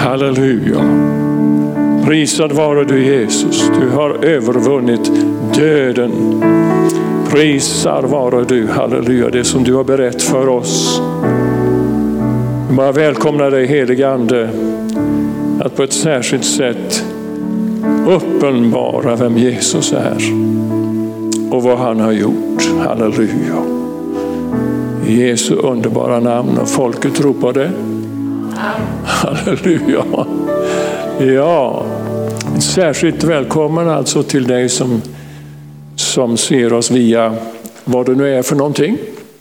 Halleluja. Prisad vare du Jesus. Du har övervunnit döden. Prisad vare du, halleluja, det som du har berett för oss. Jag bara välkomnar dig, helige Ande, att på ett särskilt sätt uppenbara vem Jesus är och vad han har gjort. Halleluja. I Jesu underbara namn, och folket ropade halleluja. Ja, särskilt välkommen alltså till dig som ser oss via vad det nu är för någonting.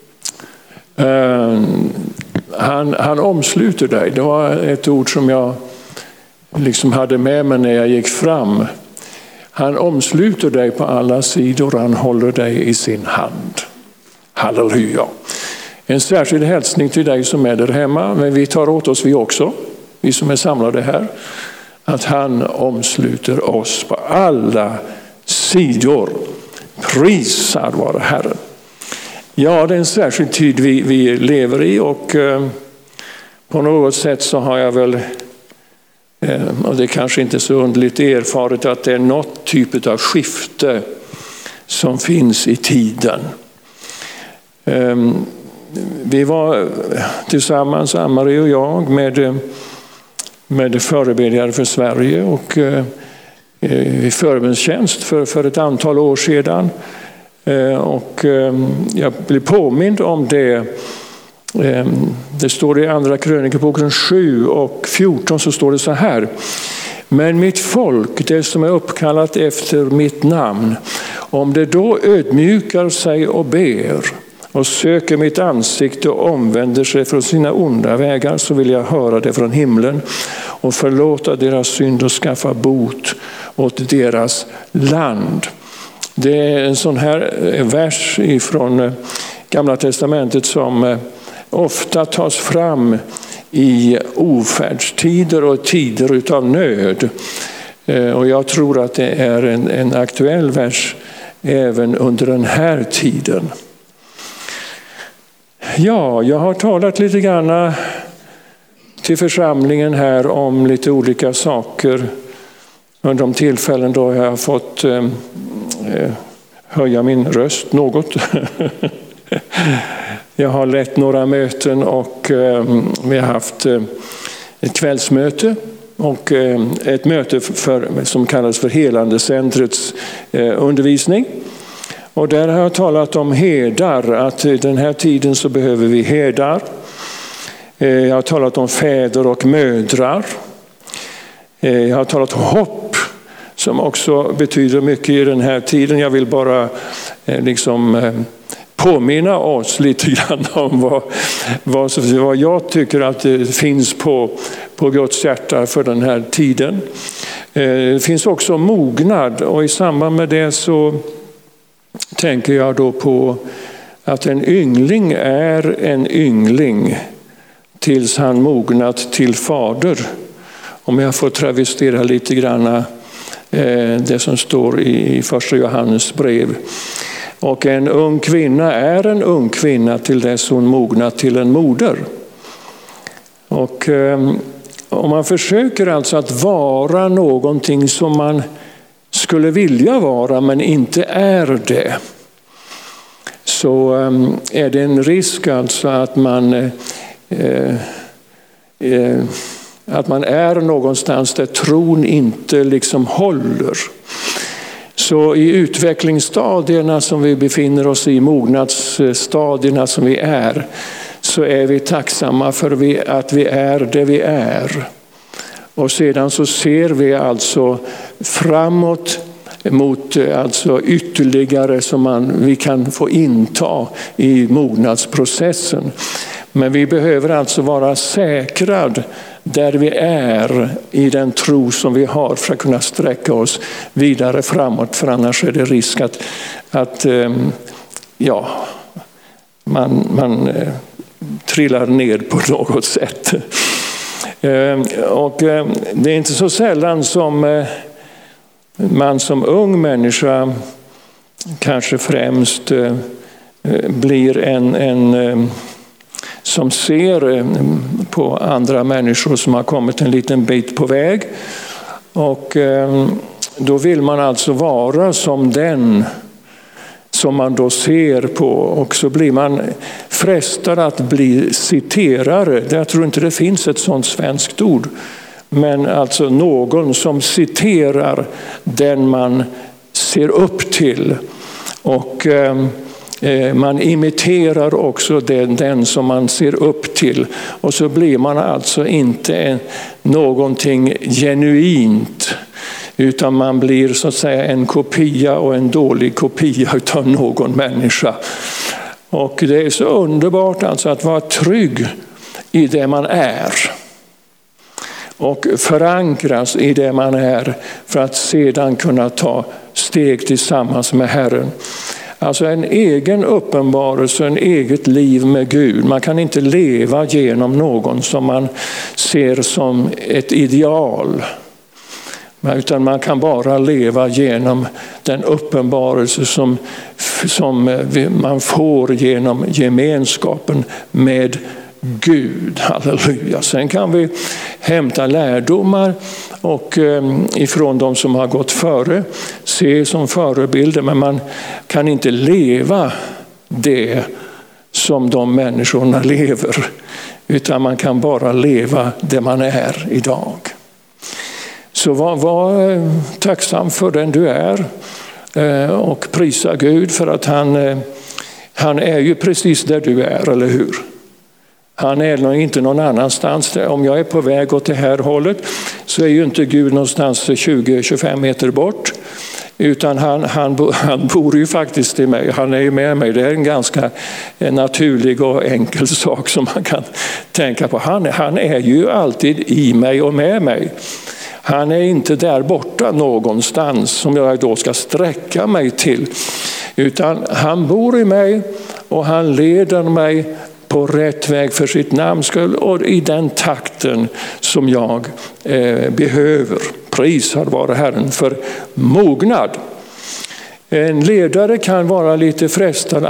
Han omsluter dig. Det var ett ord som jag liksom hade med mig när jag gick fram. Han omsluter dig på alla sidor. Han håller dig i sin hand. Halleluja. En särskild hälsning till dig som är där hemma. Men vi tar åt oss vi också. Vi som är samlade här. Att han omsluter oss på alla sidor. Prisad vare Herren. Ja, det är en särskild tid vi lever i, och på något sätt så har jag väl, och det är kanske inte så underligt, erfarit att det är något typ av skifte som finns i tiden. Vi var tillsammans, Ann-Marie och jag, med förebedjare för Sverige och i förbundstjänst för ett antal år sedan. Och jag blir påmind om det. Det står i andra krönikeboken 7 och 14, så står det så här: men mitt folk, det som är uppkallat efter mitt namn, om det då ödmjukar sig och ber och söker mitt ansikte och omvänder sig från sina onda vägar, så vill jag höra det från himlen och förlåta deras synd och skaffa bot åt deras land. Det är en sån här vers ifrån Gamla testamentet som ofta tas fram i ofärdstider och tider utav nöd. Och jag tror att det är en aktuell vers även under den här tiden. Ja, jag har talat lite grann till församlingen här om lite olika saker under de tillfällen då jag har fått höja min röst något. Jag har lett några möten och vi har haft ett kvällsmöte och ett möte som kallas för Helandecentrets undervisning. Och där har jag talat om herdar, att i den här tiden så behöver vi herdar. Jag har talat om fäder och mödrar. Jag har talat om hopp, som också betyder mycket i den här tiden. Jag vill bara påminna oss lite grann om vad jag tycker att det finns på Guds hjärta för den här tiden. Det finns också mognad, och i samband med det så tänker jag då på att en yngling är en yngling tills han mognat till fader. Om jag får travestera lite grann det som står i första Johannes brev. Och en ung kvinna är en ung kvinna till dess hon mognat till en moder. Och om man försöker alltså att vara någonting som man skulle vilja vara men inte är det, så är det en risk alltså att man är någonstans där tron inte liksom håller. Så i utvecklingsstadierna som vi befinner oss i, mognadsstadierna som vi är, så är vi tacksamma för att vi är det vi är. Och sedan så ser vi alltså framåt mot alltså ytterligare som vi kan få inta i mognadsprocessen. Men vi behöver alltså vara säkrad där vi är i den tro som vi har för att kunna sträcka oss vidare framåt. För annars är det risk att man trillar ner på något sätt. Och det är inte så sällan som man som ung människa kanske främst blir en som ser på andra människor som har kommit en liten bit på väg. Och då vill man alltså vara som den som man då ser på, och så blir man frestad att bli citerare. Jag tror inte det finns ett sådant svenskt ord, men alltså någon som citerar den man ser upp till, och man imiterar också den som man ser upp till, och så blir man alltså inte någonting genuint, utan man blir så att säga en kopia, och en dålig kopia av någon människa. Och det är så underbart alltså att vara trygg i det man är och förankras i det man är, för att sedan kunna ta steg tillsammans med Herren. Alltså en egen uppenbarelse, en eget liv med Gud. Man kan inte leva genom någon som man ser som ett ideal, utan man kan bara leva genom den uppenbarelse som man får genom gemenskapen med Gud. Halleluja. Sen kan vi hämta lärdomar och ifrån de som har gått före, se som förebilder, men man kan inte leva det som de människorna lever, utan man kan bara leva det man är idag. Så var tacksam för den du är och prisa Gud för att han är ju precis där du är, eller hur? Han är nog inte någon annanstans. Om jag är på väg åt det här hållet så är ju inte Gud någonstans 20-25 meter bort, utan han bor ju faktiskt i mig. Han är ju med mig. Det är en ganska naturlig och enkel sak som man kan tänka på. Han är ju alltid i mig och med mig. Han är inte där borta någonstans som jag då ska sträcka mig till, utan han bor i mig och han leder mig på rätt väg för sitt namns skull och i den takten som jag behöver. Prisad vare Herren för mognad. En ledare kan vara lite frestad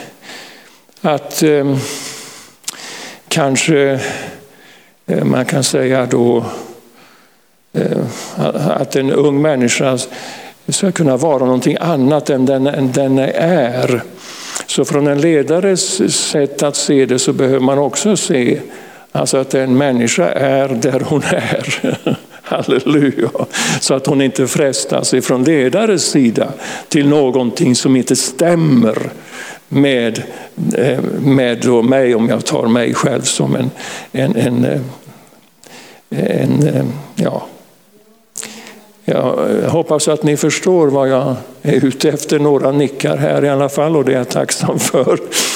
att kanske man kan säga då att en ung människa ska kunna vara någonting annat än den är. Så från en ledares sätt att se det så behöver man också se alltså att en människa är där hon är. Halleluja. Så att hon inte frestas ifrån ledares sida till någonting som inte stämmer med mig, om jag tar mig själv som Jag hoppas att ni förstår vad jag är ute efter. Några nickar här i alla fall, och det är jag tacksam för.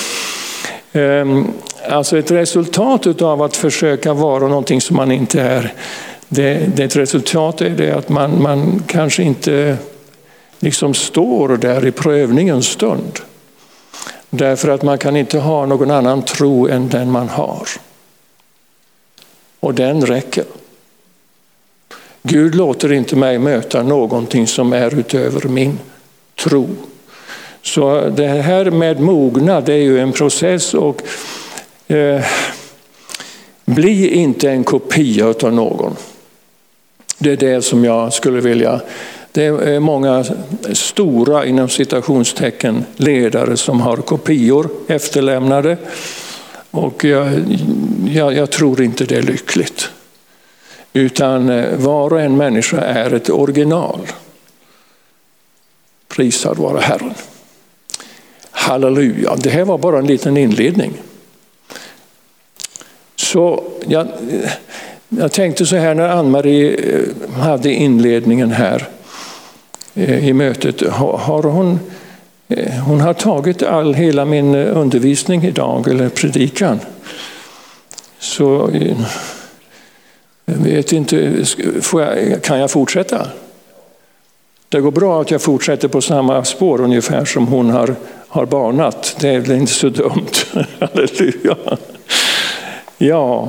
Alltså ett resultat av att försöka vara någonting som man inte är. Det ett resultat är det att man kanske inte liksom står där i prövningens stund. Därför att man kan inte ha någon annan tro än den man har. Och den räcker. Gud låter inte mig möta någonting som är utöver min tro. Så det här med mognad, det är ju en process, och bli inte en kopia av någon. Det är det som jag skulle vilja. Det är många stora inom citationstecken ledare som har kopior efterlämnade, och jag tror inte det är lyckligt. Utan var och en människa är ett original. Prisad vare Herren. Halleluja. Det här var bara en liten inledning. Så jag tänkte så här när Ann-Marie hade inledningen här i mötet. Hon har tagit hela min undervisning idag, eller predikan. Så jag vet inte, kan jag fortsätta? Det går bra att jag fortsätter på samma spår ungefär som hon har banat. Det är väl inte så dumt. Halleluja. Ja,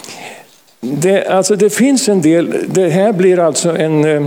det finns en del. Det här blir alltså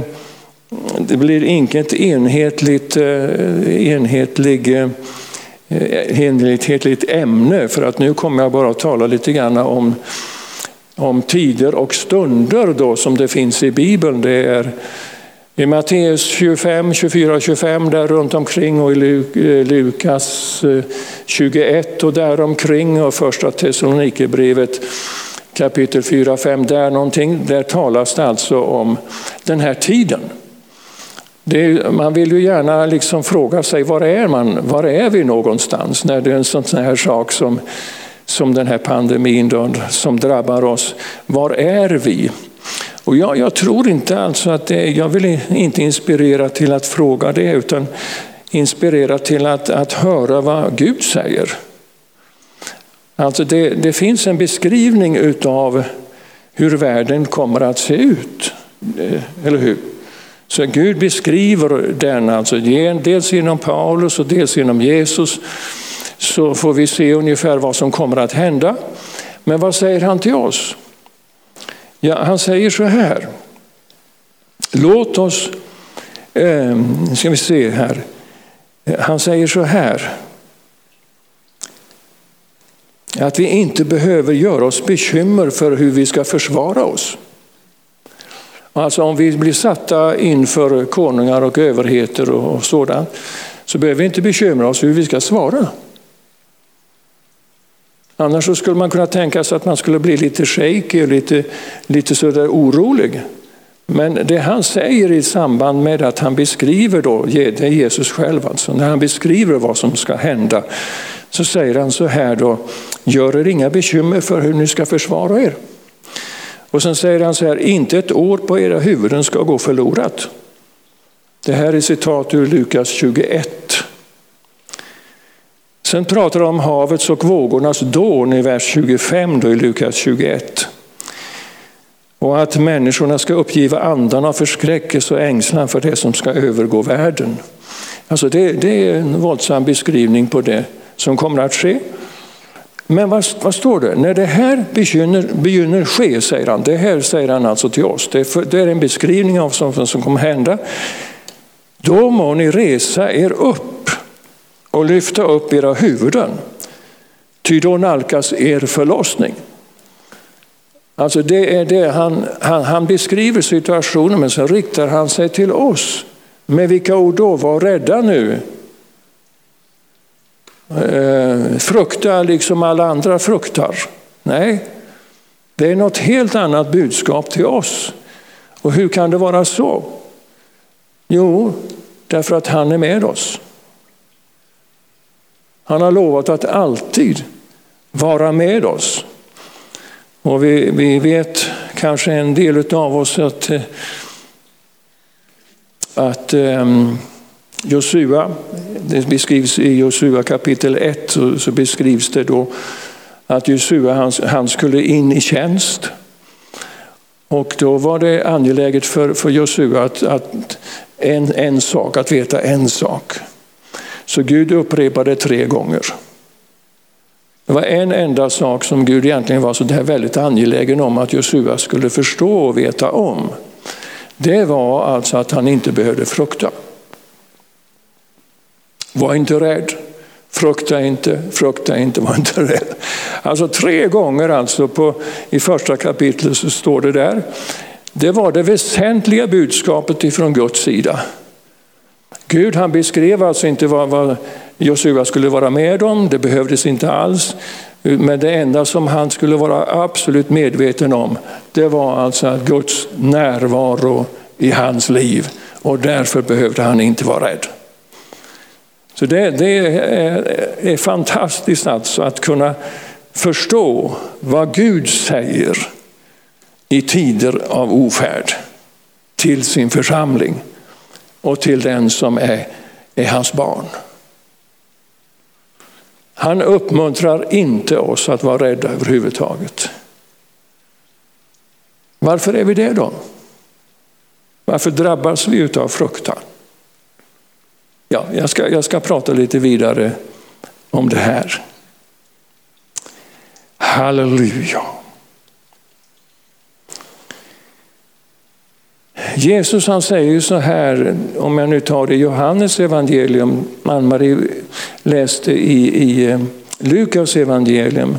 det blir inget enhetlig enhetligt ämne, för att nu kommer jag bara att tala lite grann om tider och stunder då, som det finns i Bibeln. Det är i Matteus 25, 24 och 25 där runt omkring, och i Lukas 21 och där omkring, och första Thessalonikerbrevet kapitel 4-5 där någonting. Där talas det alltså om den här tiden. Man vill ju gärna liksom fråga sig, var är vi någonstans när det är en sån här sak som den här pandemin då, som drabbar oss. Var är vi? Och jag tror inte alltså att jag vill inte inspirera till att fråga det, utan inspirera till att höra vad Gud säger. Alltså det finns en beskrivning utav hur världen kommer att se ut, eller hur? Så Gud beskriver den, alltså dels genom Paulus och dels genom Jesus, så får vi se ungefär vad som kommer att hända. Men vad säger han till oss? Ja, han säger så här. Låt oss, ska vi se här. Han säger så här. Att vi inte behöver göra oss bekymmer för hur vi ska försvara oss. Alltså om vi blir satta inför konungar och överheter och sådant, så behöver vi inte bekymra oss hur vi ska svara. Annars så skulle man kunna tänka sig att man skulle bli lite shaky och lite sådär orolig. Men det han säger i samband med att han beskriver då, det är Jesus själv alltså, när han beskriver vad som ska hända, så säger han så här då: gör er inga bekymmer för hur ni ska försvara er. Och sen säger han så här: inte ett år på era huvuden ska gå förlorat. Det här är citat ur Lukas 21. Sen pratar de om havets och vågornas dån i vers 25 då i Lukas 21. Och att människorna ska uppgiva andarna av förskräckelse och ängslan för det som ska övergå världen. Alltså det är en våldsam beskrivning på det som kommer att ske. Men vad står det? När det här begynner ske, säger han. Det här säger han alltså till oss. Det är en beskrivning av sånt som kommer hända. Då må ni resa er upp och lyfta upp era huvuden. Ty då nalkas er förlossning. Alltså det är det han beskriver situationen, men så riktar han sig till oss. Med vilka ord då? Var rädda nu. Frukta liksom alla andra fruktar. Nej, det är något helt annat budskap till oss. Och hur kan det vara så? Jo, därför att han är med oss. Han har lovat att alltid vara med oss. Och vi vet kanske en del av oss att Josua, det beskrivs i Josua kapitel 1, så beskrivs det då att Josua han skulle in i tjänst. Och då var det angeläget för Josua att veta en sak. Så Gud upprepade 3 gånger. Det var en enda sak som Gud egentligen var så där väldigt angelägen om att Josua skulle förstå och veta om. Det var alltså att han inte behövde frukta. Var inte rädd. Frukta inte, var inte rädd. Alltså 3 gånger alltså i första kapitlet så står det där. Det var det väsentliga budskapet ifrån Guds sida. Gud han beskrev alltså inte vad Josua skulle vara med om. Det behövdes inte alls. Men det enda som han skulle vara absolut medveten om, det var alltså Guds närvaro i hans liv. Och därför behövde han inte vara rädd. Så det är fantastiskt alltså att kunna förstå vad Gud säger i tider av ofärd till sin församling och till den som är hans barn. Han uppmuntrar inte oss att vara rädda överhuvudtaget. Varför är vi det då? Varför drabbas vi av fruktan? Ja, jag ska prata lite vidare om det här. Halleluja. Jesus han säger ju så här, om jag nu tar det Johannes evangelium, Ann-Marie läste i Lukas evangelium,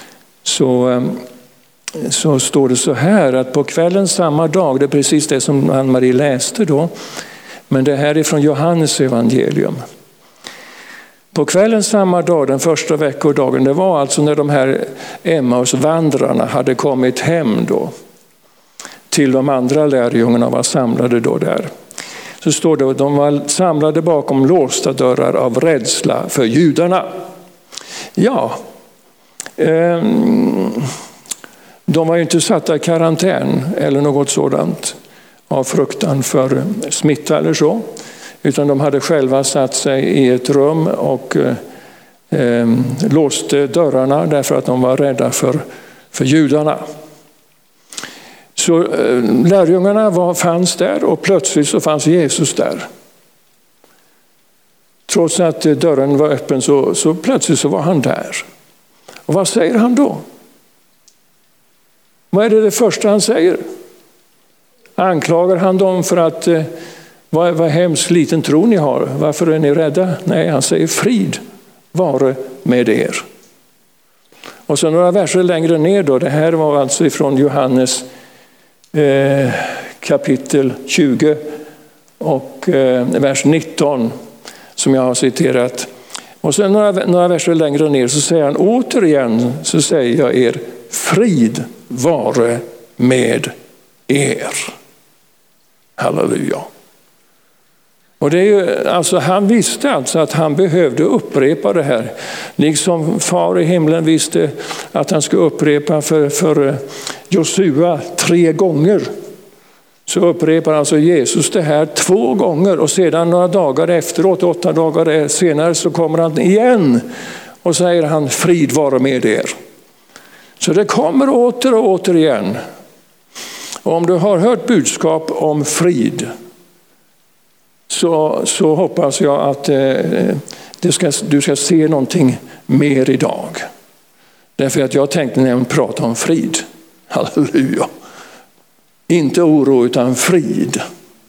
så står det så här att på kvällen samma dag, det är precis det som Ann-Marie läste då, men det här är från Johannes evangelium. På kvällen samma dag, den första veckodagen, det var alltså när de här Emmausvandrarna hade kommit hem då till de andra lärjungarna var samlade då där. Så står det att de var samlade bakom låsta dörrar av rädsla för judarna. Ja, de var ju inte satta i karantän eller något sådant av fruktan för smitta eller så. Utan de hade själva satt sig i ett rum och låste dörrarna därför att de var rädda för judarna. Så lärjungarna fanns där och plötsligt så fanns Jesus där. Trots att dörren var öppen så plötsligt så var han där. Och vad säger han då? Vad är det första han säger? Anklagar han dem för att vad hemskt liten tro ni har? Varför är ni rädda? Nej, han säger frid vare med er. Och så några verser längre ner då, det här var alltså ifrån Johannes kapitel 20 och vers 19 som jag har citerat. Och sen några verser längre ner så säger han återigen, så säger jag er, frid vare med er. Halleluja. Och det är ju, alltså, han visste alltså att han behövde upprepa det här. Liksom far i himlen visste att han skulle upprepa för Josua 3 gånger. Så upprepar alltså Jesus det här 2 gånger. Och sedan några dagar efteråt, 8 dagar senare, så kommer han igen. Och säger han, frid vare med er. Så det kommer åter och åter igen. Och om du har hört budskap om frid, så hoppas jag att du ska se någonting mer idag. Därför att jag tänkte nämligen prata om frid. Halleluja. Inte oro utan frid.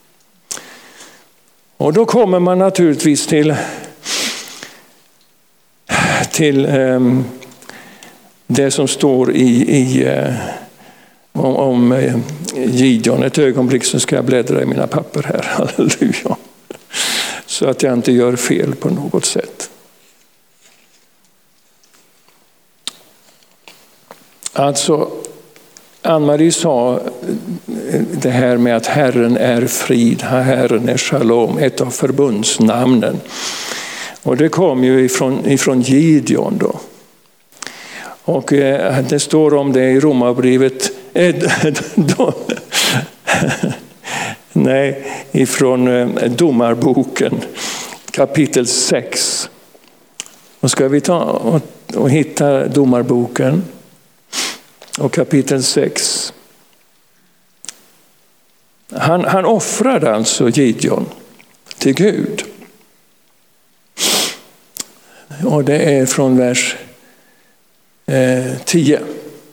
Och då kommer man naturligtvis till det som står om Gideon. Ett ögonblick så ska jag bläddra i mina papper här. Halleluja. Så att jag inte gör fel på något sätt. Alltså, Ann-Marie sa det här med att Herren är frid, Herren är shalom, ett av förbundsnamnen. Och det kom ju ifrån Gideon då. Och det står om det i Romarbrevet ifrån Domarboken kapitel 6. Och ska vi ta och hitta Domarboken och kapitel 6. Han offrade alltså Gideon till Gud. Och det är från vers 10.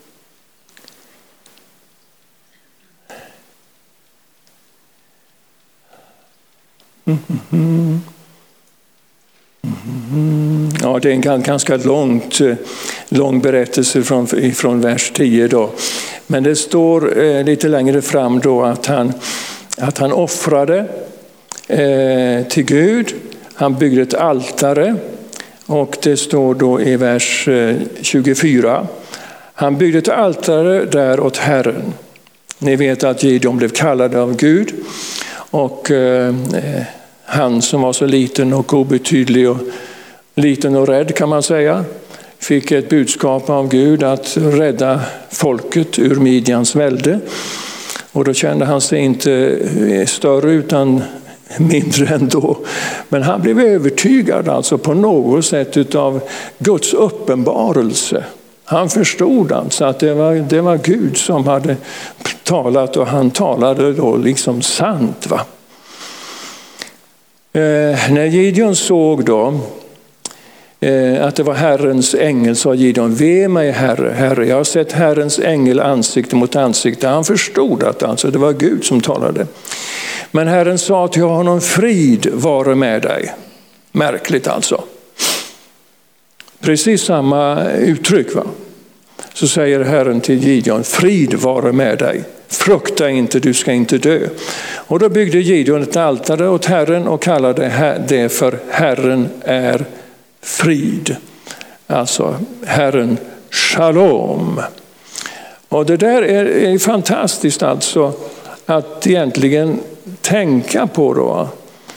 Ja, det är en ganska lång berättelse från vers 10 då. Men det står lite längre fram då att han offrade till Gud. Han byggde ett altare. Och det står då i vers 24. Han byggde ett altare där åt Herren. Ni vet att Gideon blev kallad av Gud. Och han som var så liten och obetydlig och liten och rädd kan man säga, fick ett budskap av Gud att rädda folket ur Midjans välde. Och då kände han sig inte större utan mindre ändå. Men han blev övertygad alltså på något sätt av Guds uppenbarelse. Han förstod alltså att det var Gud som hade talat och han talade då liksom sant, va? När Gideon såg då att det var Herrens ängel, sa Gideon. Ve mig Herre, Herre, jag har sett Herrens ängel ansikte mot ansikte. Han förstod att alltså det var Gud som talade. Men Herren sa till honom, frid vare med dig. Märkligt alltså. Precis samma uttryck, va? Så säger Herren till Gideon, frid vare med dig. Frukta inte, du ska inte dö. Och då byggde Gideon ett altare åt Herren och kallade det för Herren är frid. Alltså Herren shalom. Och det där är fantastiskt alltså att egentligen tänka på då.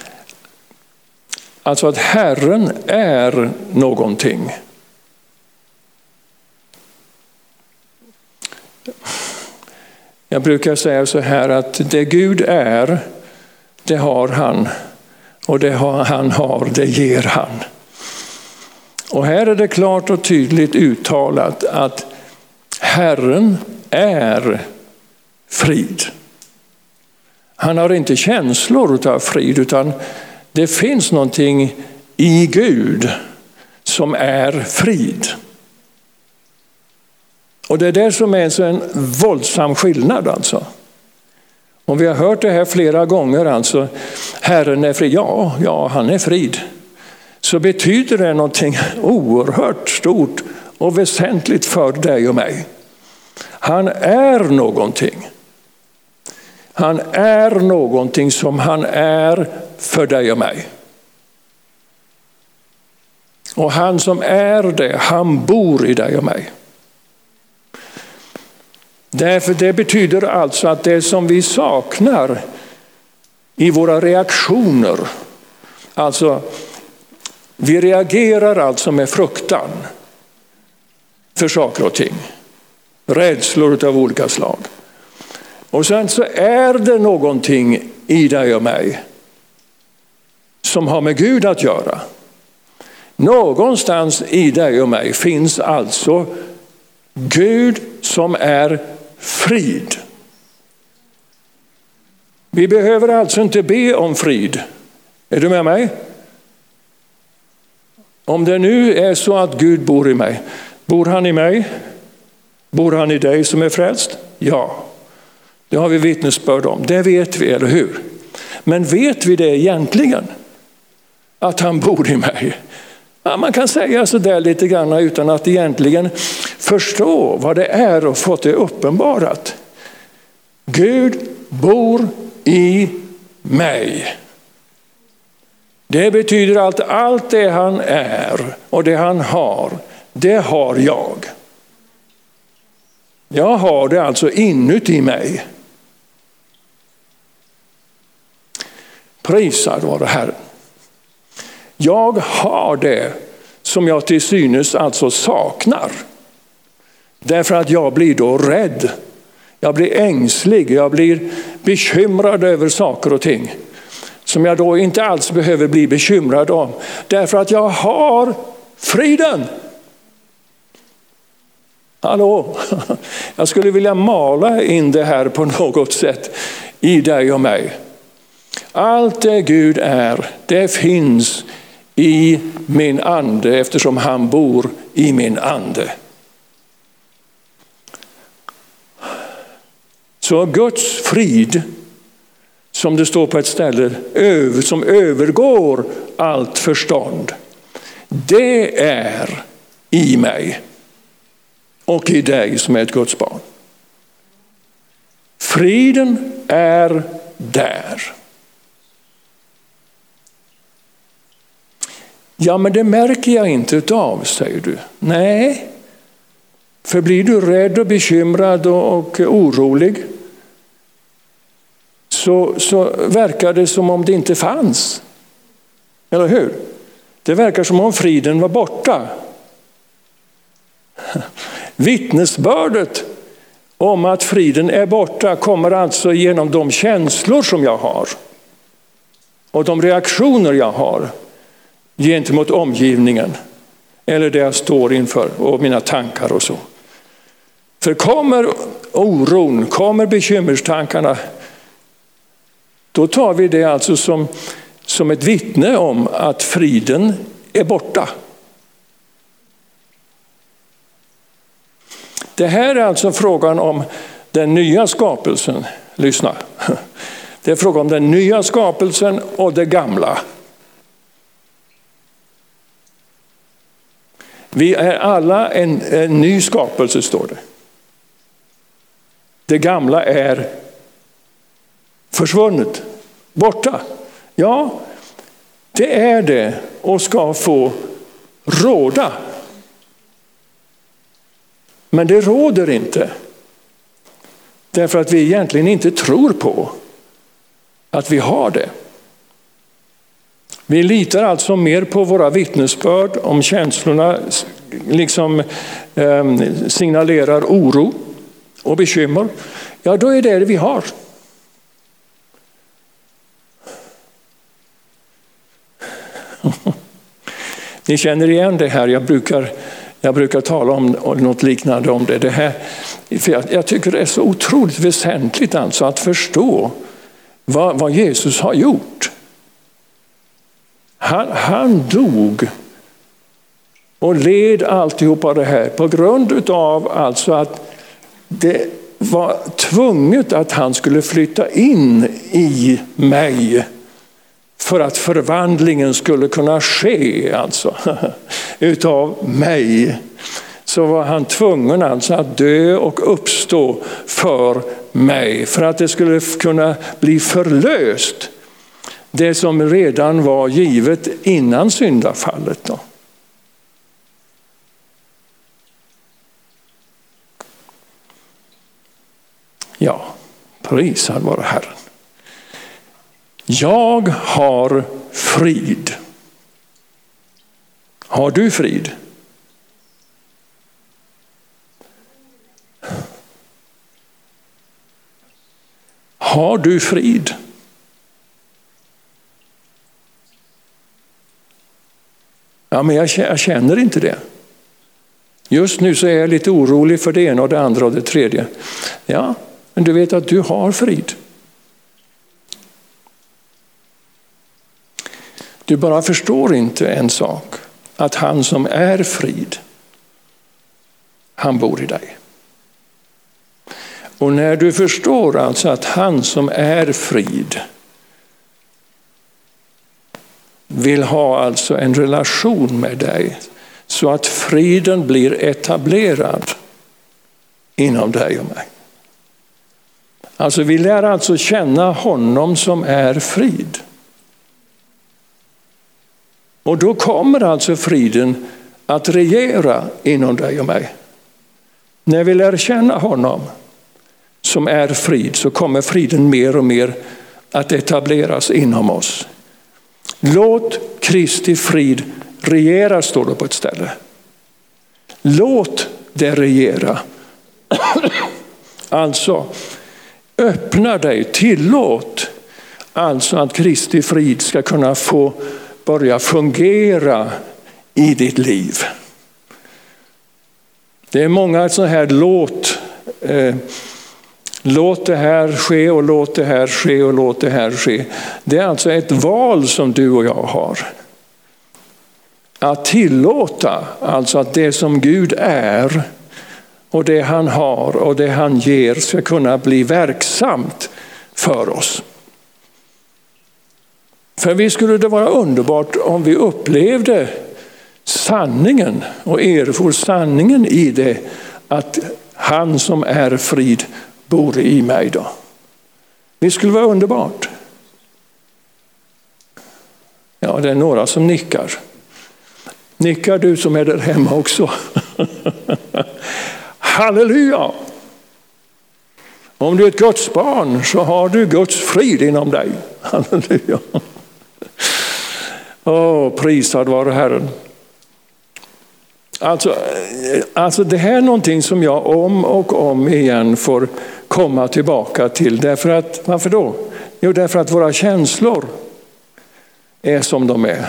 Alltså att Herren är någonting. Jag brukar säga så här att det Gud är, det har han. Och det han har, det ger han. Och här är det klart och tydligt uttalat att Herren är frid. Han har inte känslor av frid, utan det finns någonting i Gud som är frid. Och det är det som är en våldsam skillnad alltså. Om vi har hört det här flera gånger, alltså Herren är frid, ja han är frid. Så betyder det någonting oerhört stort och väsentligt för dig och mig. Han är någonting. Han är någonting som han är för dig och mig. Och han som är det, han bor i dig och mig. Därför det betyder alltså att det som vi saknar i våra reaktioner, alltså vi reagerar alltså med fruktan för saker och ting. Rädslor av olika slag. Och sen så är det någonting i dig och mig som har med Gud att göra. Någonstans i dig och mig finns alltså Gud som är frid. Vi behöver alltså inte be om frid. Är du med mig? Om det nu är så att Gud bor i mig. Bor han i mig? Bor han i dig som är frälst? Ja. Det har vi vittnesbörd om. Det vet vi, eller hur? Men vet vi det egentligen? Att han bor i mig? Ja, man kan säga så där lite grann utan att egentligen förstå vad det är och fått det uppenbarat. Gud bor i mig. Det betyder att allt det han är och det han har, det har jag. Jag har det alltså inuti mig. Prisad vare Herren. Jag har det som jag till synes alltså saknar. Därför att jag blir då rädd. Jag blir ängslig. Jag blir bekymrad över saker och ting. Som jag då inte alls behöver bli bekymrad om. Därför att jag har friden. Hallå? Jag skulle vilja mala in det här på något sätt i dig och mig. Allt det Gud är, det finns i min ande eftersom han bor i min ande. Så Guds frid, som det står på ett ställe, som övergår allt förstånd, det är i mig och i dig som är ett Guds barn. Friden är där. Ja, men det märker jag inte utav, säger du. Nej, för blir du rädd och bekymrad och orolig så verkar det som om det inte fanns. Eller hur? Det verkar som om friden var borta. Vittnesbördet om att friden är borta kommer alltså genom de känslor som jag har och de reaktioner jag har gentemot omgivningen eller det jag står inför och mina tankar och så. För kommer oron, kommer bekymmerstankarna, då tar vi det alltså som ett vittne om att friden är borta. Det här är alltså frågan om den nya skapelsen. Lyssna. Det är frågan om den nya skapelsen och det gamla. Vi är alla en ny skapelse, står det. Det gamla är försvunnet, borta. Ja, det är det och ska få råda. Men det råder inte. Därför att vi egentligen inte tror på att vi har det. Vi litar alltså mer på våra vittnesbörd om känslorna liksom signalerar oro och bekymmer. Ja, då är det vi har. Ni känner igen det här. Jag brukar tala om något liknande om det här. För jag tycker det är så otroligt väsentligt alltså att förstå vad Jesus har gjort. Han dog och led alltihopa det här på grund av alltså att det var tvunget att han skulle flytta in i mig för att förvandlingen skulle kunna ske alltså utav mig. Så var han tvungen alltså att dö och uppstå för mig för att det skulle kunna bli förlöst. Det som redan var givet innan syndafallet då. Ja, prisad vare Herren. Jag har frid. Har du frid? Har du frid? Ja, men jag känner inte det. Just nu så är jag lite orolig för det ena och det andra och det tredje. Ja, men du vet att du har frid. Du bara förstår inte en sak. Att han som är frid, han bor i dig. Och när du förstår alltså att han som är frid vill ha alltså en relation med dig så att friden blir etablerad inom dig och mig. Alltså vi lär alltså känna honom som är frid. Och då kommer alltså friden att regera inom dig och mig. När vi lär känna honom som är frid så kommer friden mer och mer att etableras inom oss. Låt Kristi frid regera, står det på ett ställe. Låt det regera. Alltså, öppna dig, tillåt alltså att Kristi frid ska kunna få börja fungera i ditt liv. Det är många sådana här låt det här ske och låt det här ske och låt det här ske. Det är alltså ett val som du och jag har. Att tillåta alltså att det som Gud är och det han har och det han ger ska kunna bli verksamt för oss. För vi skulle det vara underbart om vi upplevde sanningen och erfor sanningen i det att han som är frid bor i mig då. Det skulle vara underbart. Ja, det är några som nickar. Nickar du som är där hemma också? Halleluja! Om du är ett Guds barn så har du Guds frid inom dig. Halleluja! Prisad vare Herren. Alltså det här är någonting som jag om och om igen får komma tillbaka till. Därför att, varför då? Jo, därför att våra känslor är som de är.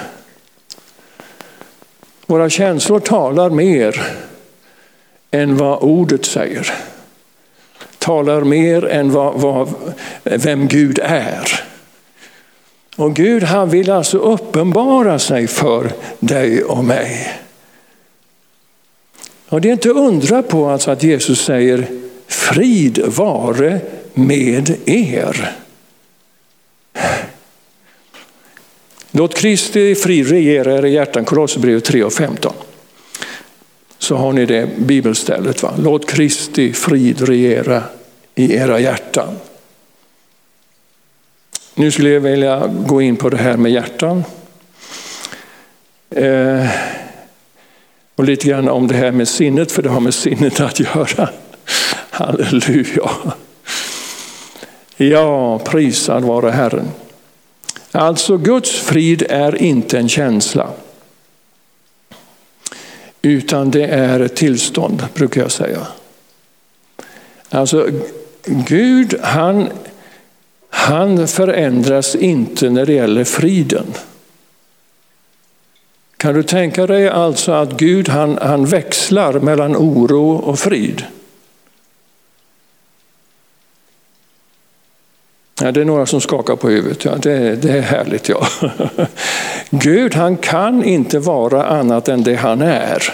Våra känslor talar mer än vad ordet säger. Talar mer än vem Gud är. Och Gud, han vill alltså uppenbara sig för dig och mig. Och det är inte undra på alltså att Jesus säger frid vare med er. Låt Kristi frid regera era hjärtan, Kolosserbrevet 3:15. Så har ni det bibelstället. Va? Låt Kristi frid regera i era hjärtan. Nu skulle jag vilja gå in på det här med hjärtan. Och lite grann om det här med sinnet, för det har med sinnet att göra. Halleluja. Ja, prisad vare Herren. Alltså Guds frid är inte en känsla. Utan det är ett tillstånd, brukar jag säga. Alltså Gud, han förändras inte när det gäller friden. Kan du tänka dig alltså att Gud han växlar mellan oro och frid? Ja, det är några som skakar på huvudet. Ja, det är härligt. Ja. Gud, han kan inte vara annat än det han är.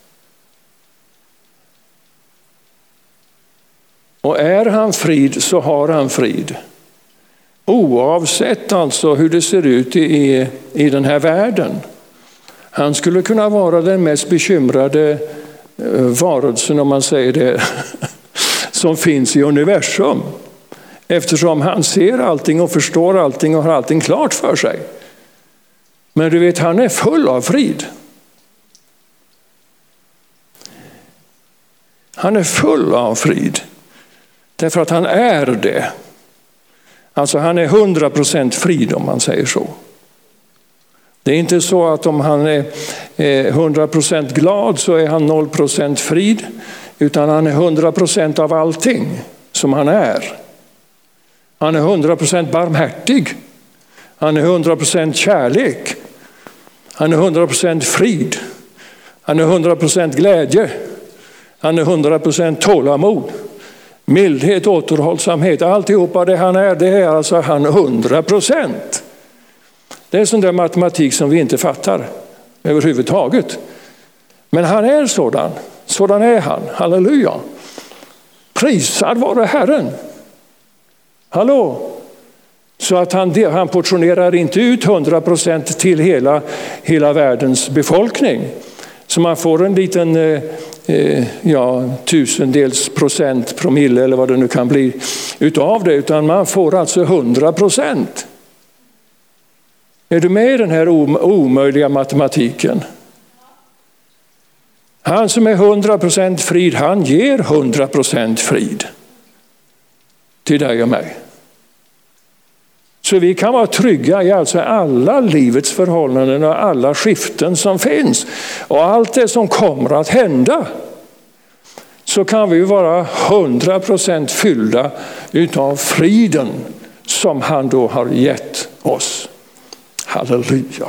Och är han frid så har han frid. Oavsett alltså hur det ser ut i den här världen. Han skulle kunna vara den mest bekymrade varelsen, om man säger det, som finns i universum. Eftersom han ser allting och förstår allting och har allting klart för sig. Men du vet, han är full av frid. Han är full av frid. Därför att han är det. Alltså han är 100% frid, om man säger så. Det är inte så att om han är 100% glad så är han 0% frid. Utan han är 100% av allting som han är. Han är 100% barmhärtig. Han är 100% kärlek. Han är 100% frid. Han är 100% glädje. Han är 100% tålamod. Mildhet, återhållsamhet. Alltihopa det han är, det är alltså han 100%. Det är sån där matematik som vi inte fattar överhuvudtaget. Men han är sådan. Sådan är han. Halleluja. Prisad vare Herren. Hallå? Så att han portionerar inte ut 100% till hela världens befolkning. Så man får en liten tusendels procent, promille eller vad det nu kan bli utav det. Utan man får alltså 100%. Är du med i den här omöjliga matematiken? Han som är 100% frid, han ger 100% frid till dig och mig. Så vi kan vara trygga i alltså alla livets förhållanden och alla skiften som finns. Och allt det som kommer att hända. Så kan vi vara 100% fyllda utav friden som han då har gett oss. Halleluja.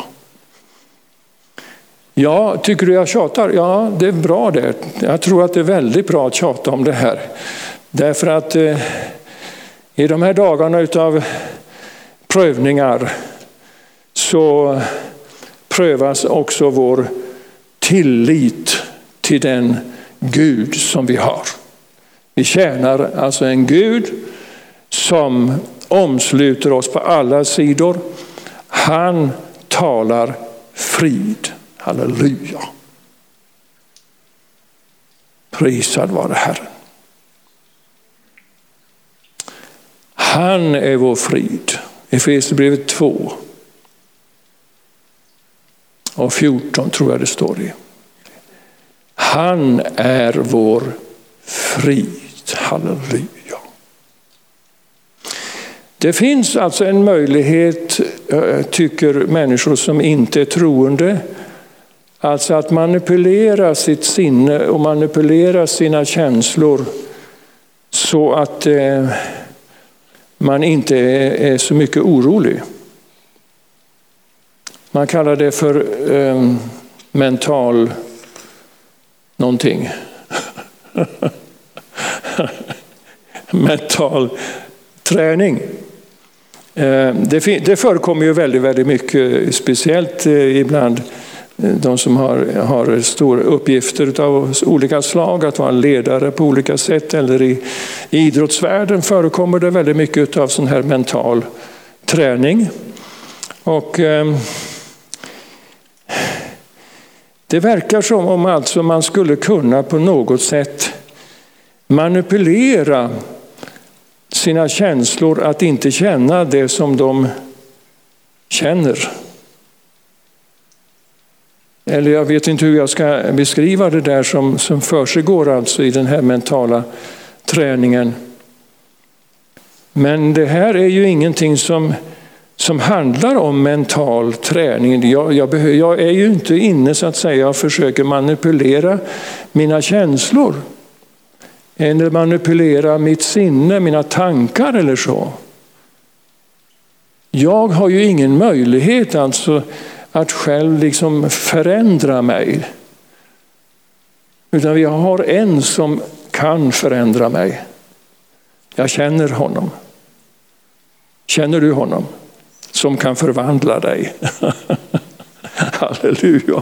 Ja, tycker du jag tjatar? Ja, det är bra det. Jag tror att det är väldigt bra att tjata om det här. Därför att i de här dagarna utav prövningar så prövas också vår tillit till den Gud som vi har. Vi tjänar alltså en Gud som omsluter oss på alla sidor. Han talar frid. Halleluja. Prisad vare Herren. Han är vår frid. Efesierbrevet 2 och 14 tror jag det står i. Han är vår frid. Halleluja. Det finns alltså en möjlighet, tycker människor som inte är troende, alltså att manipulera sitt sinne och manipulera sina känslor så att man inte är så mycket orolig. Man kallar det för mental någonting. Mental träning. Det förekommer ju väldigt, väldigt mycket, speciellt ibland de som har stora uppgifter av olika slag, att vara ledare på olika sätt, eller i idrottsvärlden förekommer det väldigt mycket av sån här mental träning. Och det verkar som om alltså man skulle kunna på något sätt manipulera sina känslor att inte känna det som de känner. Eller jag vet inte hur jag ska beskriva det där som försiggår alltså i den här mentala träningen. Men det här är ju ingenting som handlar om mental träning. Jag är ju inte inne så att säga och försöker manipulera mina känslor. Eller manipulera mitt sinne, mina tankar eller så. Jag har ju ingen möjlighet alltså att själv liksom förändra mig. Utan jag har en som kan förändra mig. Jag känner honom. Känner du honom? Som kan förvandla dig. Halleluja.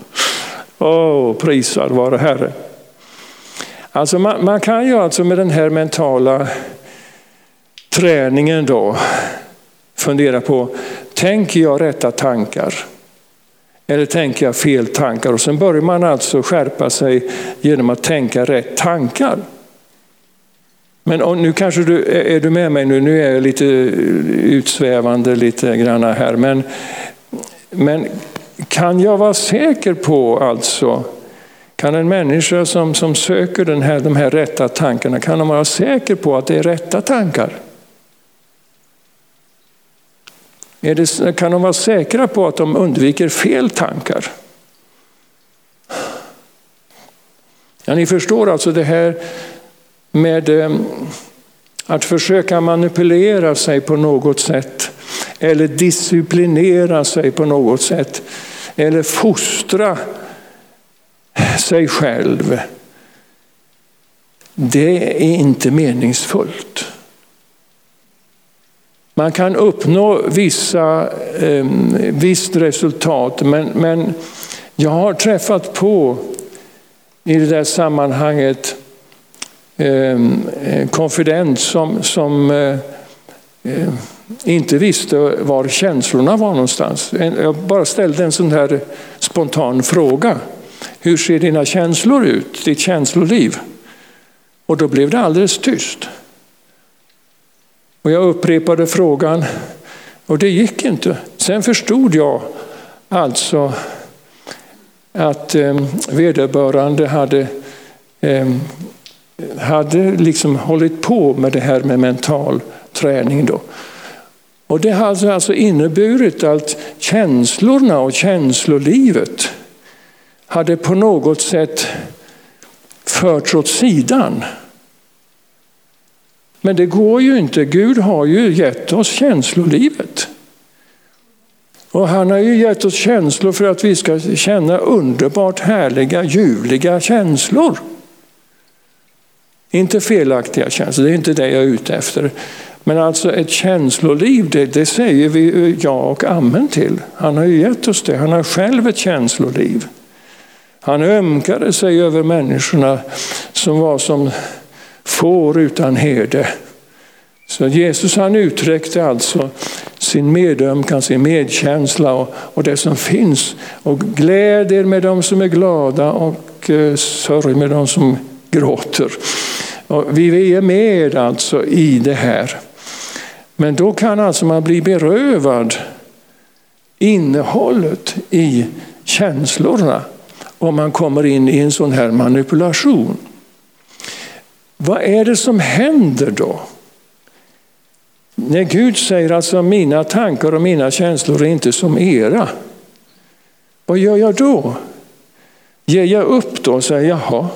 Prisad vare Herre. Alltså man kan ju alltså med den här mentala träningen då fundera på, tänker jag rätta tankar? Eller tänker jag fel tankar? Och sen börjar man alltså skärpa sig genom att tänka rätt tankar. Men nu kanske är du med mig nu är jag lite utsvävande lite grann här. Men kan jag vara säker på alltså, kan en människa som söker de här rätta tankarna, kan de vara säker på att det är rätta tankar? Kan de vara säkra på att de undviker fel tankar? Ja, ni förstår alltså det här med att försöka manipulera sig på något sätt, eller disciplinera sig på något sätt, eller fostra sig själv. Det är inte meningsfullt. Man kan uppnå visst resultat, men jag har träffat på i det där sammanhanget konfident som inte visste var känslorna var någonstans. Jag bara ställde en sån här spontan fråga. Hur ser dina känslor ut? Ditt känsloliv? Och då blev det alldeles tyst. Och jag upprepade frågan och det gick inte. Sen förstod jag alltså att vederbörande hade liksom hållit på med det här med mental träning då. Och det har alltså inneburit att känslorna och känslolivet hade på något sätt förts åt sidan. Men det går ju inte. Gud har ju gett oss känslolivet. Och han har ju gett oss känslor för att vi ska känna underbart härliga, ljuvliga känslor. Inte felaktiga känslor, det är inte det jag är ute efter. Men alltså ett känsloliv, det säger vi ja och amen till. Han har ju gett oss det. Han har själv ett känsloliv. Han ömkade sig över människorna som var som får utan herde. Så Jesus han uttryckte alltså sin medömkan, sin medkänsla och det som finns. Och gläd er med dem som är glada och sörj med dem som gråter. Och vi är med alltså i det här. Men då kan alltså man bli berövad innehållet i känslorna om man kommer in i en sån här manipulation. Vad är det som händer då? När Gud säger alltså mina tankar och mina känslor är inte som era. Vad gör jag då? Ger jag upp då och säger jaha.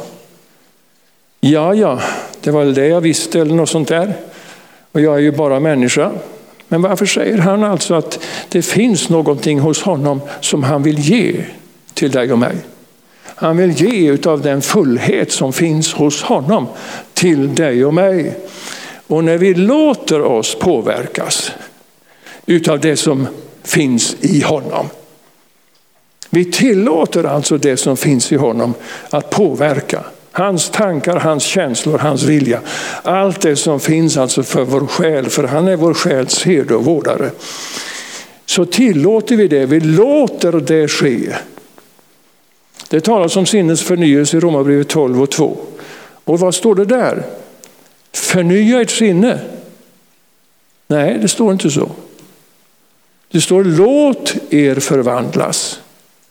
Ja, det var det jag visste eller något sånt där. Och jag är ju bara människa. Men varför säger han alltså att det finns någonting hos honom som han vill ge till dig och mig? Han vill ge utav den fullhet som finns hos honom till dig och mig. Och när vi låter oss påverkas utav det som finns i honom, Vi tillåter alltså det som finns i honom att påverka. Hans tankar, hans känslor, hans vilja. Allt det som finns alltså för vår själ, för han är vår själs herde och vårdare. Så tillåter vi det, vi låter det ske. Det talas om sinnets förnyelse i Romarbrevet 12:2. Och vad står det där? Förnya ert sinne. Nej, det står inte så. Det står låt er förvandlas.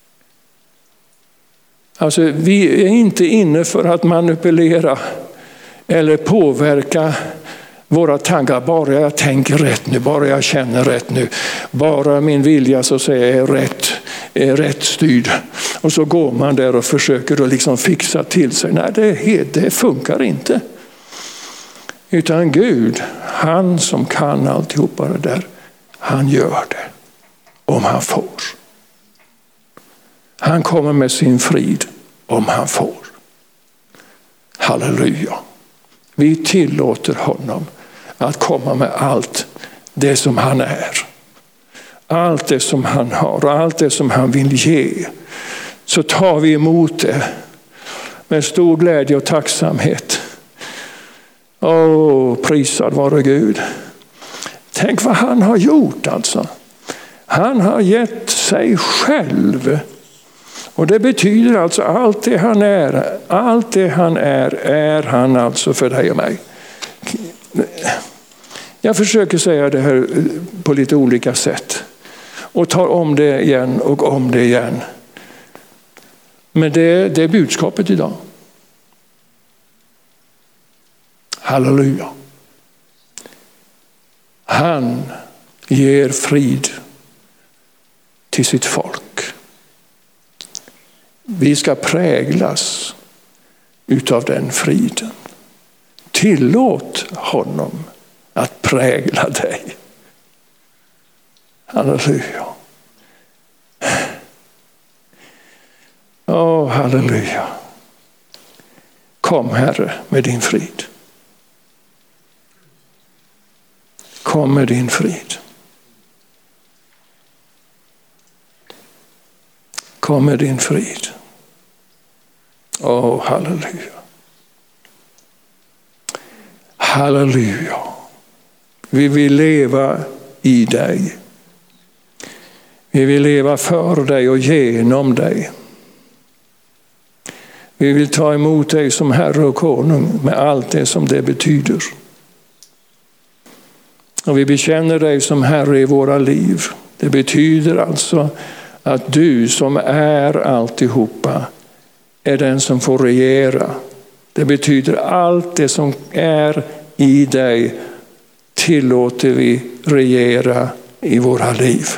Alltså vi är inte inne för att manipulera eller påverka våra tankar. Bara jag tänker rätt nu, bara jag känner rätt nu. Bara min vilja så att säga är rätt styrd. Och så går man där och försöker att liksom fixa till sig. Nej, det funkar inte. Utan Gud, han som kan alltihopa det där, han gör det om han får. Han kommer med sin frid om han får. Halleluja. Vi tillåter honom att komma med allt det som han är. Allt det som han har och allt det som han vill ge. Så tar vi emot det med stor glädje och tacksamhet. Prisad vare Gud. Tänk vad han har gjort alltså. Han har gett sig själv. Och det betyder alltså allt det han är han alltså för dig och mig. Jag försöker säga det här på lite olika sätt. Och tar om det igen och om det igen. Men det är budskapet idag. Halleluja. Han ger frid till sitt folk. Vi ska präglas utav den friden. Tillåt honom att prägla dig. Halleluja. Halleluja. Kom Herre med din frid. Kom med din frid. Kom med din frid. Halleluja. Halleluja. Vi vill leva i dig. Vi vill leva för dig och genom dig. Vi vill ta emot dig som Herre och konung med allt det som det betyder. Och vi bekänner dig som Herre i våra liv. Det betyder alltså att du som är alltihopa är den som får regera. Det betyder allt det som är i dig tillåter vi regera i våra liv.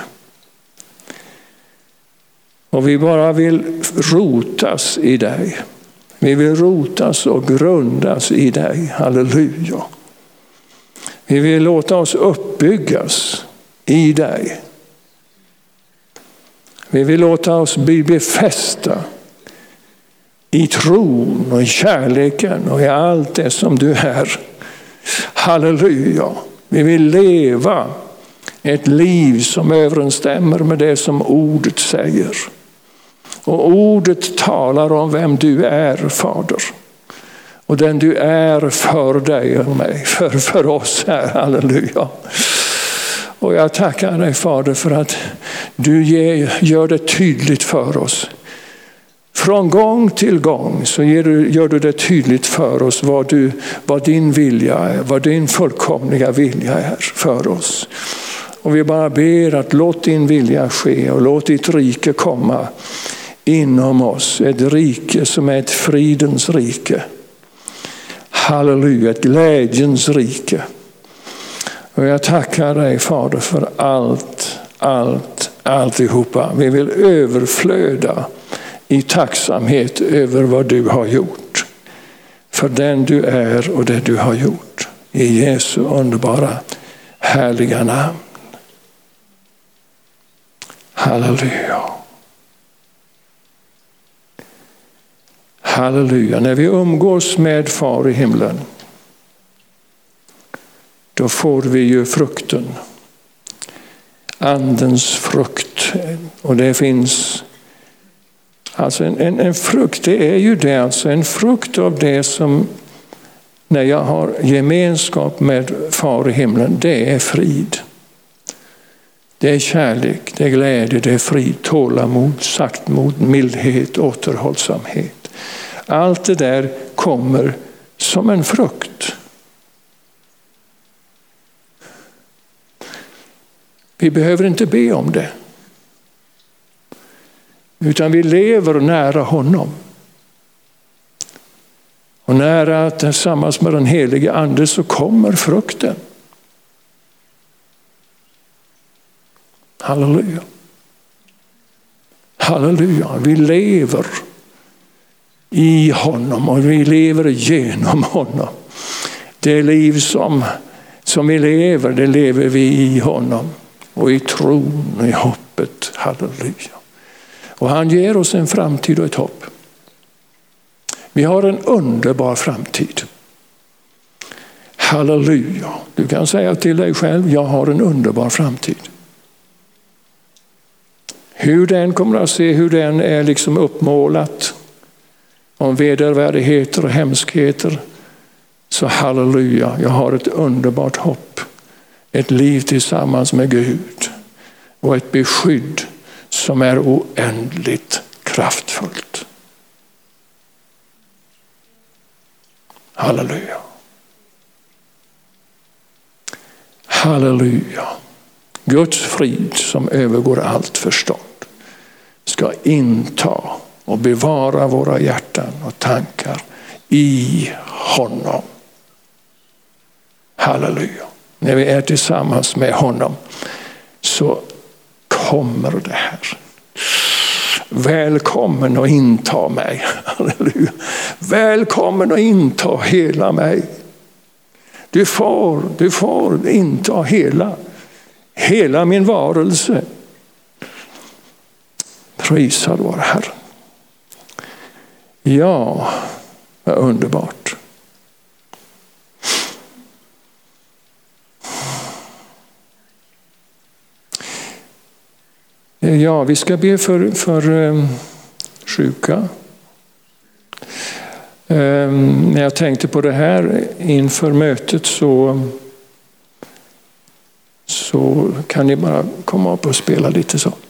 Och vi bara vill rotas i dig. Vi vill rotas och grundas i dig. Halleluja. Vi vill låta oss uppbyggas i dig. Vi vill låta oss bli befästa i tron och i kärleken och i allt det som du är. Halleluja. Vi vill leva ett liv som överensstämmer med det som ordet säger. Och ordet talar om vem du är, Fader. Och den du är för dig och mig, för oss här. Halleluja. Och jag tackar dig, Fader, för att du gör det tydligt för oss. Från gång till gång så gör du det tydligt för oss vad din vilja är, vad din fullkomliga vilja är för oss. Och vi bara ber att låt din vilja ske och låt ditt rike komma inom oss. Ett rike som är ett fridens rike. Halleluja, ett glädjens rike. Och jag tackar dig, Fader, för alltihopa. Vi vill överflöda i tacksamhet över vad du har gjort. För den du är och det du har gjort. I Jesu underbara, härliga namn. Halleluja. Halleluja. När vi umgås med Far i himlen, då får vi ju frukten. Andens frukt. Och det finns Alltså en frukt, det är ju det, alltså en frukt av det som när jag har gemenskap med Far i himlen, det är frid. Det är kärlek, det är glädje, det är frid, tålamod, saktmod, mildhet, återhållsamhet. Allt det där kommer som en frukt. Vi behöver inte be om det. Utan vi lever nära honom. Och nära att tillsammans med den helige ande så kommer frukten. Halleluja. Halleluja. Vi lever i honom och vi lever genom honom. Det liv som vi lever, det lever vi i honom. Och i tron och i hoppet. Halleluja. Och han ger oss en framtid och ett hopp. Vi har en underbar framtid. Halleluja. Du kan säga till dig själv, jag har en underbar framtid. Hur den kommer att se, hur den är liksom uppmålat. Om vedervärdigheter och hemskheter. Så halleluja, jag har ett underbart hopp. Ett liv tillsammans med Gud. Och ett beskydd som är oändligt kraftfullt. Halleluja. Halleluja. Guds frid som övergår allt förstånd ska inta och bevara våra hjärtan och tankar i honom. Halleluja. När vi är tillsammans med honom så kommer det här. Välkommen och inta mig. Halleluja. Välkommen och inta hela mig. Du får inta hela min varelse. Prisad vare Herren. Ja, vad underbart. Ja, vi ska be för sjuka. När jag tänkte på det här inför mötet så kan ni bara komma upp och spela lite så.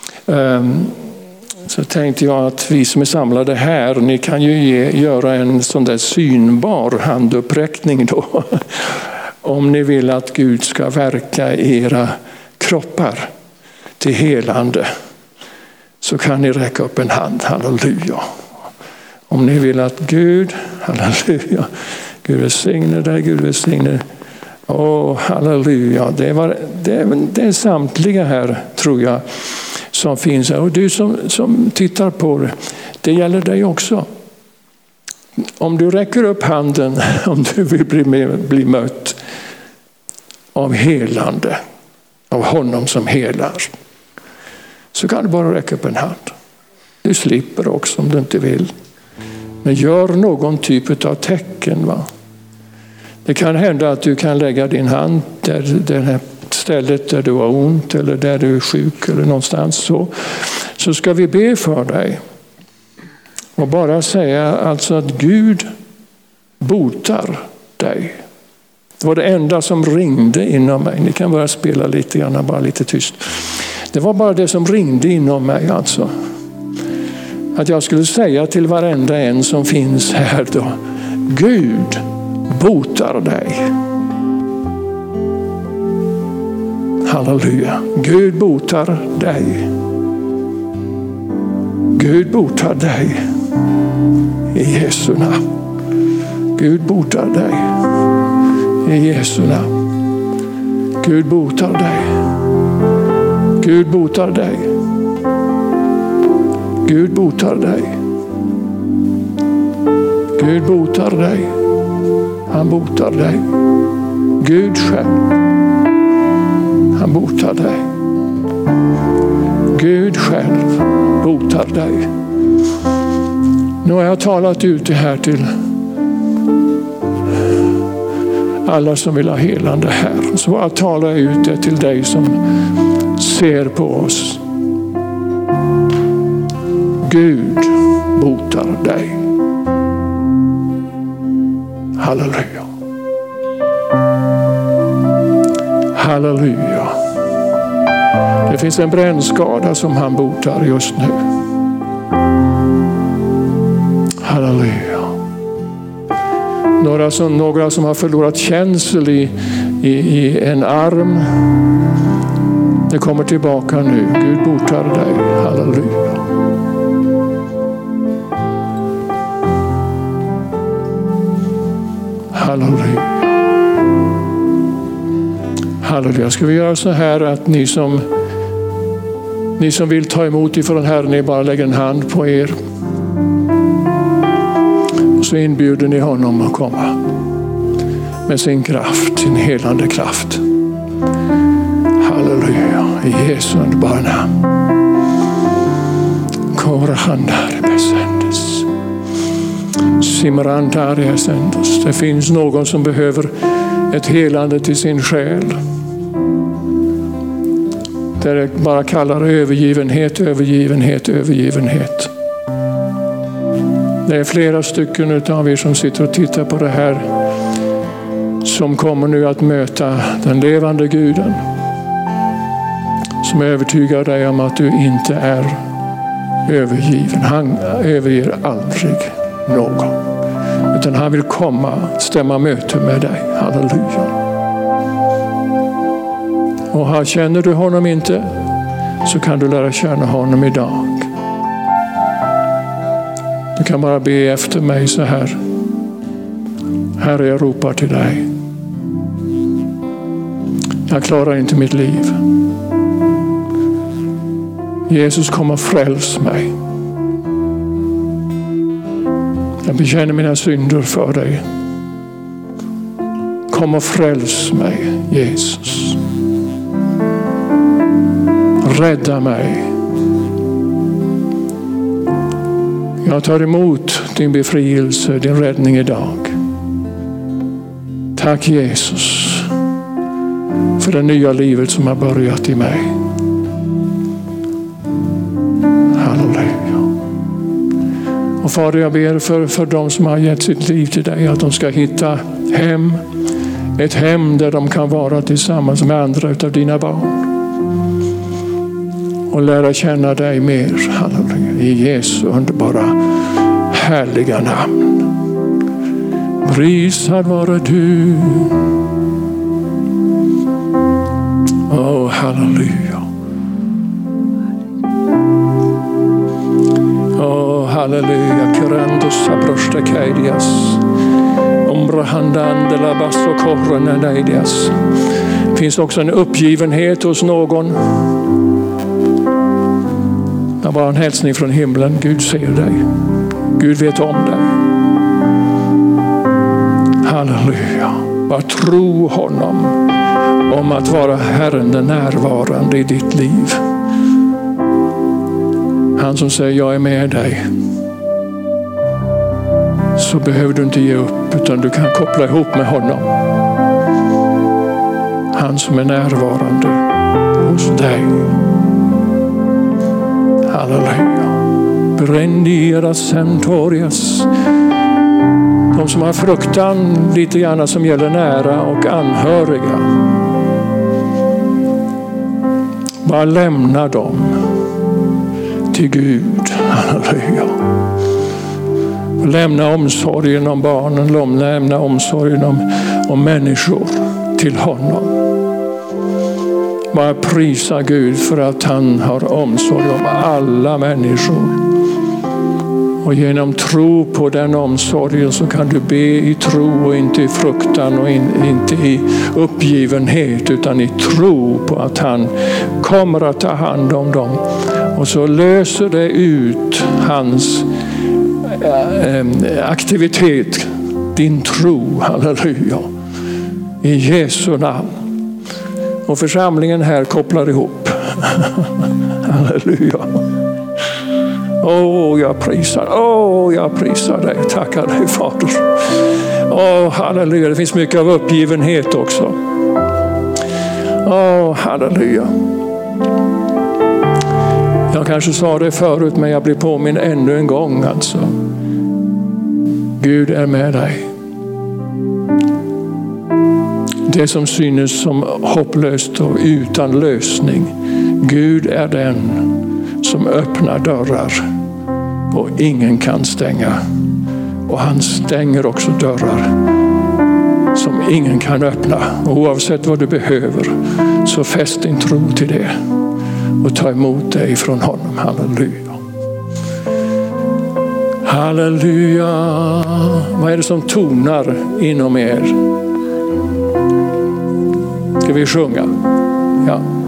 Så tänkte jag att vi som är samlade här, ni kan ju göra en sån där synbar handuppräckning då. Om ni vill att Gud ska verka i era kroppar till helande så kan ni räcka upp en hand. Halleluja. Om ni vill att Gud, halleluja, Gud välsigne dig, Gud välsigne. Halleluja. Det är samtliga här tror jag som finns här. Och du som tittar på det gäller dig också. Om du räcker upp handen, om du vill bli mött av helande, av honom som helar, så kan du bara räcka upp en hand. Du slipper också om du inte vill. Men gör någon typ av tecken. Va? Det kan hända att du kan lägga din hand där det här stället där du har ont eller där du är sjuk eller någonstans. Så ska vi be för dig. Och bara säga alltså att Gud botar dig. Det var det enda som ringde inom mig. Ni kan bara spela lite grann, bara lite tyst. Det var bara det som ringde inom mig alltså. Att jag skulle säga till varenda en som finns här då. Gud botar dig. Halleluja. Gud botar dig. Gud botar dig. I Jesu namn. Gud botar dig. I Jesu namn. Gud botar dig. Gud botar dig. Gud botar dig. Gud botar dig. Han botar dig. Gud själv. Han botar dig. Gud själv botar dig. Nu har jag talat ut det här till alla som vill ha helande här. Så jag talar ut det till dig som ser på oss. Gud botar dig. Halleluja. Halleluja. Det finns en brännskada som han botar just nu. Halleluja. Några som har förlorat känsel i en arm. Det kommer tillbaka nu. Gud botar dig. Halleluja. Halleluja. Halleluja. Ska vi göra så här att ni som vill ta emot ifrån Herren, ni bara lägger en hand på er. Så inbjuder ni honom att komma med sin kraft, sin helande kraft. Halleluja. I Jesu underbara namn. Korhandare besändes. Simrantare sändes. Det finns någon som behöver ett helande till sin själ. Där det bara kallar övergivenhet, övergivenhet, övergivenhet. Det är flera stycken utav er som sitter och tittar på det här som kommer nu att möta den levande Guden. Som övertygar dig om att du inte är övergiven. Han överger aldrig någon. Utan han vill komma, stämma möte med dig. Halleluja. Och här känner du honom inte, så kan du lära känna honom idag. Du kan bara be efter mig så här. Herre, jag ropar till dig. Jag klarar inte mitt liv. Jesus, kom och fräls mig. Jag bekänner mina synder för dig. Kom och fräls mig, Jesus. Rädda mig. Jag tar emot din befrielse, din räddning idag. Tack Jesus för det nya livet som har börjat i mig. Halleluja. Och Fader, jag ber för de som har gett sitt liv till dig, att de ska hitta hem. Ett hem där de kan vara tillsammans med andra utav dina barn. Och lära känna dig mer. Halleluja. I Jesu underbara härliga namn. Prisad vare du. Åh, halleluja. Åh, halleluja. Kerandos abrosta kaidias. Ombrahandan de la basso korrena naidias. Det finns också en uppgivenhet hos någon. Det var en hälsning från himlen. Gud ser dig. Gud vet om dig. Halleluja. Bara tro honom om att vara Herren den närvarande i ditt liv. Han som säger jag är med dig. Så behöver du inte ge upp, utan du kan koppla ihop med honom. Han som är närvarande hos dig. Halleluja. Brändiera centorias. De som har fruktan lite grann som gäller nära och anhöriga. Bara lämna dem till Gud. Halleluja. Lämna omsorgen om barnen. Lämna omsorgen om människor till honom. Bara prisa Gud för att han har omsorg om alla människor. Och genom tro på den omsorgen så kan du be i tro och inte i fruktan och inte i uppgivenhet, utan i tro på att han kommer att ta hand om dem. Och så löser det ut hans aktivitet, din tro. Halleluja. I Jesu namn. Och församlingen här kopplar ihop. Halleluja. Jag prisar dig. Tackar dig, Fader. Halleluja. Det finns mycket av uppgivenhet också. Halleluja. Jag kanske sa det förut, men jag blir påminn ännu en gång alltså. Gud är med dig. Det som synes som hopplöst och utan lösning. Gud är den som öppnar dörrar och ingen kan stänga. Och han stänger också dörrar som ingen kan öppna. Och oavsett vad du behöver så fäst din tro till det och ta emot det ifrån honom. Halleluja. Halleluja. Vad är det som tonar inom er? Ska vi sjunga? Ja.